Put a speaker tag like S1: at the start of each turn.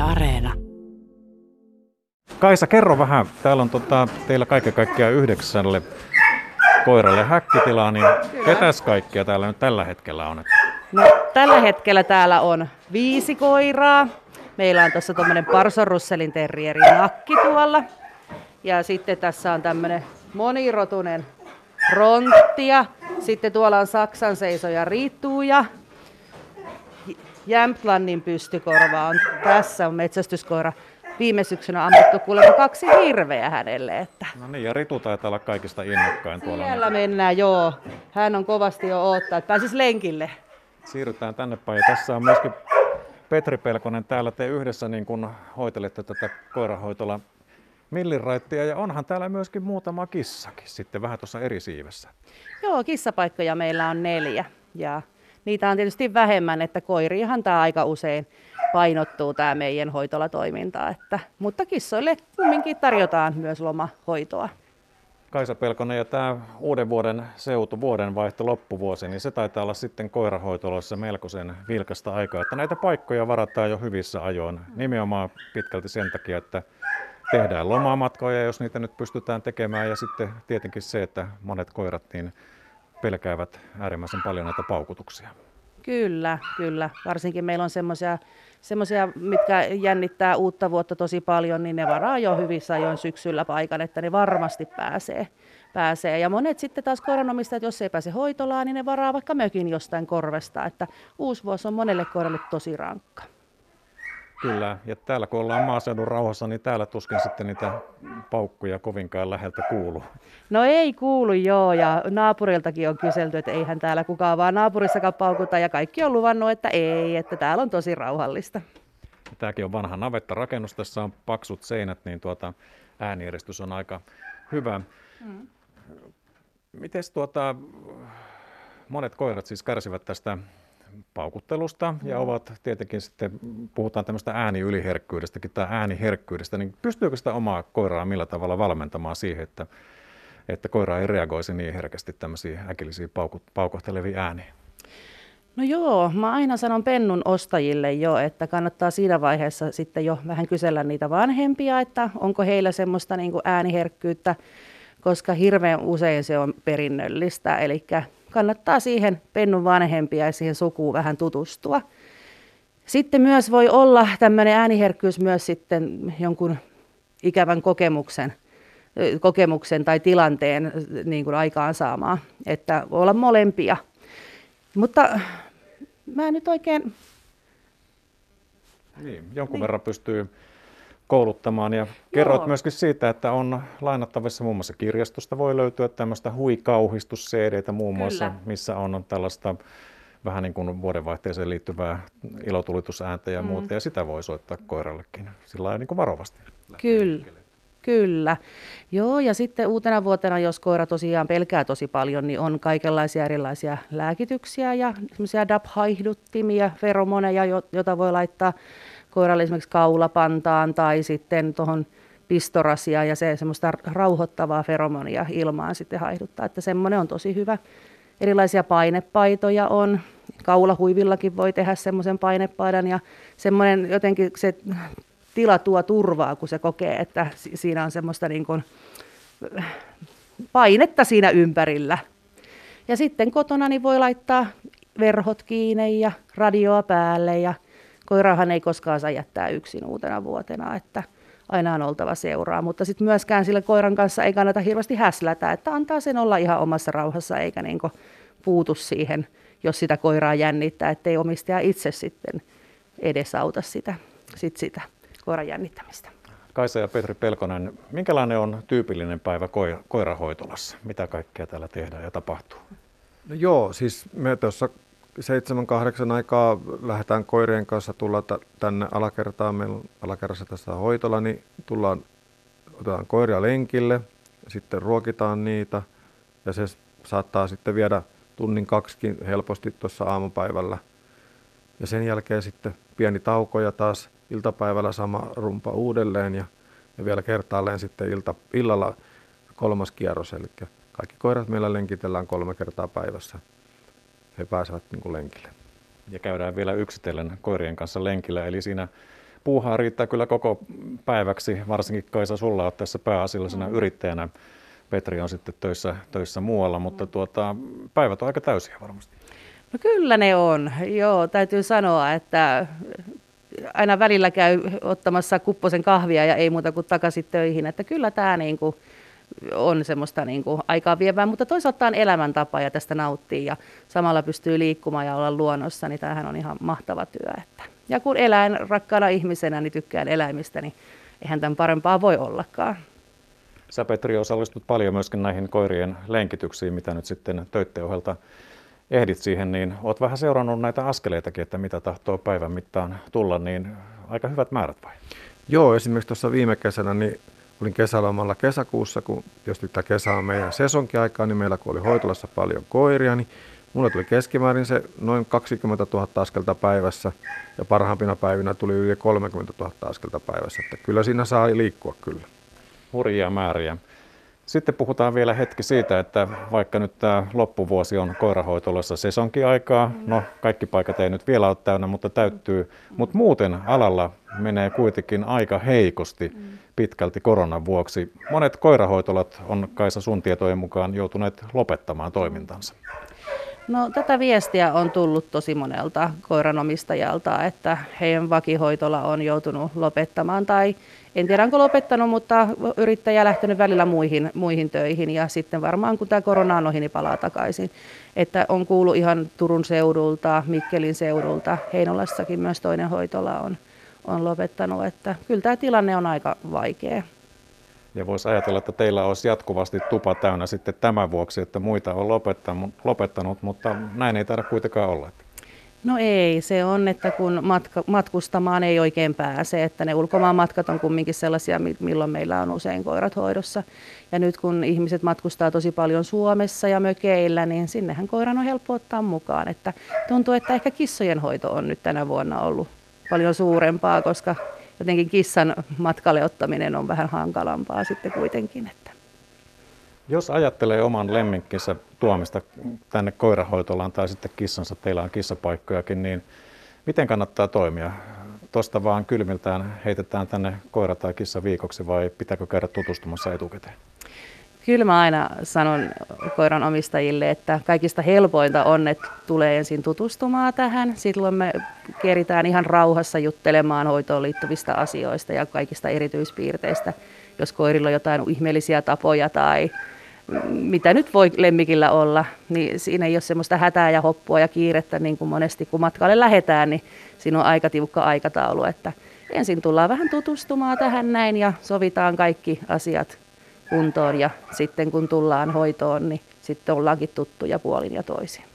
S1: Areena.
S2: Kaisa, kerro vähän. Täällä on teillä kaiken kaikkiaan 9 koiralle häkkitilaa, niin ketäs kaikkia täällä nyt tällä hetkellä on?
S3: No, tällä hetkellä täällä on 5 koiraa. Meillä on tuossa tuommoinen Parson Russellin terrieri nakki tuolla. Ja sitten tässä on tämmöinen monirotunen rontti. Ja sitten tuolla on Saksan seisoja Rituja. Jämtlannin pystykorva on tässä, on metsästyskoira. Viime syksynä ammuttu kuulemma 2 hirveä hänelle. Että.
S2: No niin, ja Ritu taitaa olla kaikista innokkain tuolla.
S3: Siellä mennään, joo. Hän on kovasti jo odottaa, että pääsisi lenkille.
S2: Siirrytään tänne päin. Ja tässä on myöskin Petri Pelkonen. Täällä te yhdessä niin kun hoitelette tätä koirahoitola milliraittia. Ja onhan täällä myöskin muutama kissakin sitten vähän tuossa eri siivessä.
S3: Joo, kissapaikkoja meillä on 4. Ja niitä on tietysti vähemmän, että koiriinhan tämä aika usein painottuu tämä meidän hoitolatoiminta. Mutta kissoille kumminkin tarjotaan myös lomahoitoa.
S2: Kaisa Pelkonen, ja tämä uuden vuoden seutu, vuodenvaihto, loppuvuosi, niin se taitaa olla sitten koirahoitoloissa melkoisen vilkasta aikaa, että näitä paikkoja varataan jo hyvissä ajoin. Nimenomaan pitkälti sen takia, että tehdään lomamatkoja, jos niitä nyt pystytään tekemään, ja sitten tietenkin se, että monet koirat niin pelkäävät äärimmäisen paljon näitä paukutuksia.
S3: Kyllä. Varsinkin meillä on semmoisia, mitkä jännittää uutta vuotta tosi paljon, niin ne varaa jo hyvissä ajoin syksyllä paikan, että ne varmasti pääsee. Ja monet sitten taas koiranomistajat, jos ei pääse hoitolaan, niin ne varaa vaikka mökin jostain korvesta, että uusi vuosi on monelle koiralle tosi rankka.
S2: Kyllä, ja täällä kun ollaan maaseudun rauhassa, niin täällä tuskin sitten niitä paukkuja kovinkaan läheltä kuuluu.
S3: No ei kuulu joo, ja naapuriltakin on kyselty, että eihän täällä kukaan vaan naapurissakaan paukuta, ja kaikki on luvannut, että ei, että täällä on tosi rauhallista.
S2: Tämäkin on vanha navettarakennus, tässä on paksut seinät, niin äänieristys on aika hyvä. Mites monet koirat siis kärsivät tästä paukuttelusta ja ovat tietenkin sitten, puhutaan tämmöistä ääniyliherkkyydestäkin tai ääniherkkyydestä, niin pystyykö sitä omaa koiraa millä tavalla valmentamaan siihen, että koira ei reagoisi niin herkästi tämmöisiin äkillisiin paukohteleviin ääniin? No
S3: joo, mä aina sanon pennun ostajille jo, että kannattaa siinä vaiheessa sitten jo vähän kysellä niitä vanhempia, että onko heillä semmoista niin kuin ääniherkkyyttä, koska hirveän usein se on perinnöllistä, eli kannattaa siihen pennun vanhempia ja siihen sukuun vähän tutustua. Sitten myös voi olla tämmöinen ääniherkkyys myös sitten jonkun ikävän kokemuksen tai tilanteen niin kuin aikaansaamaa, että voi olla molempia. Mutta mä nyt oikein...
S2: Niin, jonkun verran pystyy kouluttamaan ja kerroit myöskin siitä, että on lainattavissa muun muassa kirjastosta voi löytyä tämmöistä huikauhistus-CD:tä muun muassa, missä on tällaista vähän niin kuin vuodenvaihteeseen liittyvää ilotulitusääntä ja muuta, ja sitä voi soittaa koirallekin sillä lailla niin kuin varovasti.
S3: Kyllä. Joo, ja sitten uutena vuotena, jos koira tosiaan pelkää tosi paljon, niin on kaikenlaisia erilaisia lääkityksiä ja semmoisia DAP-haihduttimia, feromoneja, joita voi laittaa koiralle esimerkiksi kaulapantaan tai sitten tuohon pistorasiaan ja se semmoista rauhoittavaa feromonia ilmaan sitten haihduttaa, että semmoinen on tosi hyvä. Erilaisia painepaitoja on. Kaulahuivillakin voi tehdä semmoisen painepaidan ja semmoinen jotenkin se tila tuo turvaa, kun se kokee, että siinä on semmoista niin kuin painetta siinä ympärillä. Ja sitten kotona niin voi laittaa verhot kiinni ja radioa päälle ja koirahan ei koskaan saa jättää yksin uutena vuotena, että aina on oltava seuraa, mutta sitten myöskään sillä koiran kanssa ei kannata hirveästi häslätä, että antaa sen olla ihan omassa rauhassa eikä niinku puutu siihen, jos sitä koiraa jännittää, ettei omistaja itse sitten edesauta sitä koiran jännittämistä.
S2: Kaisa ja Petri Pelkonen, minkälainen on tyypillinen päivä koirahoitolassa? Mitä kaikkea täällä tehdään ja tapahtuu?
S4: No joo, siis me tuossa 7-8 aikaa lähdetään koirien kanssa tulla tänne alakertaan. Meillä on alakerrassa tässä hoitola, niin otetaan koiria lenkille, sitten ruokitaan niitä ja se saattaa sitten viedä 1-2 helposti tuossa aamupäivällä. Ja sen jälkeen sitten pieni tauko ja taas iltapäivällä sama rumpa uudelleen ja vielä kertaalleen sitten illalla 3. kierros. Eli kaikki koirat meillä lenkitellään 3 kertaa päivässä. He pääsevät niin kuin lenkille.
S2: Ja käydään vielä yksitellen koirien kanssa lenkillä, eli siinä puuhaa riittää kyllä koko päiväksi, varsinkin Kaisa sulla olet tässä pääasiallisena yrittäjänä. Petri on sitten töissä muualla, mutta päivät on aika täysiä varmasti.
S3: No kyllä ne on. Joo, täytyy sanoa, että aina välillä käy ottamassa kupposen kahvia ja ei muuta kuin takaisin töihin. Että kyllä tämä niinku on semmoista niinku aikaa vievää, mutta toisaalta tämä on elämäntapa ja tästä nauttii ja samalla pystyy liikkumaan ja olla luonnossa, niin tämähän on ihan mahtava työ. Ja kun elän rakkaana ihmisenä, niin tykkään eläimistä, niin eihän tämän parempaa voi ollakaan.
S2: Sä Petri osallistut paljon myöskin näihin koirien lenkityksiin, mitä nyt sitten töitten ohjelta ehdit siihen, niin oot vähän seurannut näitä askeleitakin, että mitä tahtoo päivän mittaan tulla, niin aika hyvät määrät vai?
S4: Joo, esimerkiksi tuossa viime kesänä niin olin kesälomalla kesäkuussa, kun tietysti tämä kesä on meidän sesonkiaikaa, niin meillä kun oli hoitolassa paljon koiria, niin mulle tuli keskimäärin se noin 20 000 askelta päivässä ja parhaimpina päivinä tuli yli 30 000 askelta päivässä, että kyllä siinä saa liikkua kyllä.
S2: Hurjia määriä. Sitten puhutaan vielä hetki siitä, että vaikka nyt tämä loppuvuosi on koirahoitolossa sesonkiaikaa, no kaikki paikat ei nyt vielä ole täynnä, mutta täyttyy, mutta muuten alalla menee kuitenkin aika heikosti pitkälti koronan vuoksi. Monet koirahoitolat on Kaisa sun tietojen mukaan joutuneet lopettamaan toimintansa.
S3: No tätä viestiä on tullut tosi monelta koiranomistajalta, että heidän vakihoitola on joutunut lopettamaan tai en tiedä onko lopettanut, mutta yrittäjä lähtenyt välillä muihin töihin ja sitten varmaan kun tämä korona on ohi, niin palaa takaisin. Että on kuullut ihan Turun seudulta, Mikkelin seudulta, Heinolassakin myös toinen hoitola on lopettanut, että kyllä tämä tilanne on aika vaikea.
S2: Ja voisi ajatella, että teillä olisi jatkuvasti tupa täynnä sitten tämän vuoksi, että muita on lopettanut, mutta näin ei taida kuitenkaan olla.
S3: No ei, se on, että kun matkustamaan ei oikein pääse, että ne ulkomaanmatkat on kumminkin sellaisia, milloin meillä on usein koirat hoidossa. Ja nyt kun ihmiset matkustaa tosi paljon Suomessa ja mökeillä, niin sinnehän koiran on helppo ottaa mukaan. Että tuntuu, että ehkä kissojen hoito on nyt tänä vuonna ollut paljon suurempaa, koska jotenkin kissan matkalle ottaminen on vähän hankalampaa sitten kuitenkin.
S2: Jos ajattelee oman lemminkkinsä tuomista tänne koirahoitolaan tai sitten kissansa, teillä on kissapaikkojakin, niin miten kannattaa toimia? Tuosta vaan kylmiltään heitetään tänne koira tai kissa viikoksi vai pitääkö käydä tutustumassa etukäteen?
S3: Kyllä mä aina sanon koiran omistajille, että kaikista helpointa on, että tulee ensin tutustumaan tähän. Silloin me keritään ihan rauhassa juttelemaan hoitoon liittyvistä asioista ja kaikista erityispiirteistä. Jos koirilla on jotain ihmeellisiä tapoja tai mitä nyt voi lemmikillä olla, niin siinä ei ole semmoista hätää ja hoppua ja kiirettä, niin kuin monesti kun matkalle lähdetään, niin siinä on aika tiukka aikataulu. Että ensin tullaan vähän tutustumaan tähän näin ja sovitaan kaikki asiat kuntoon ja sitten kun tullaan hoitoon, niin sitten ollaankin tuttuja puolin ja toisin.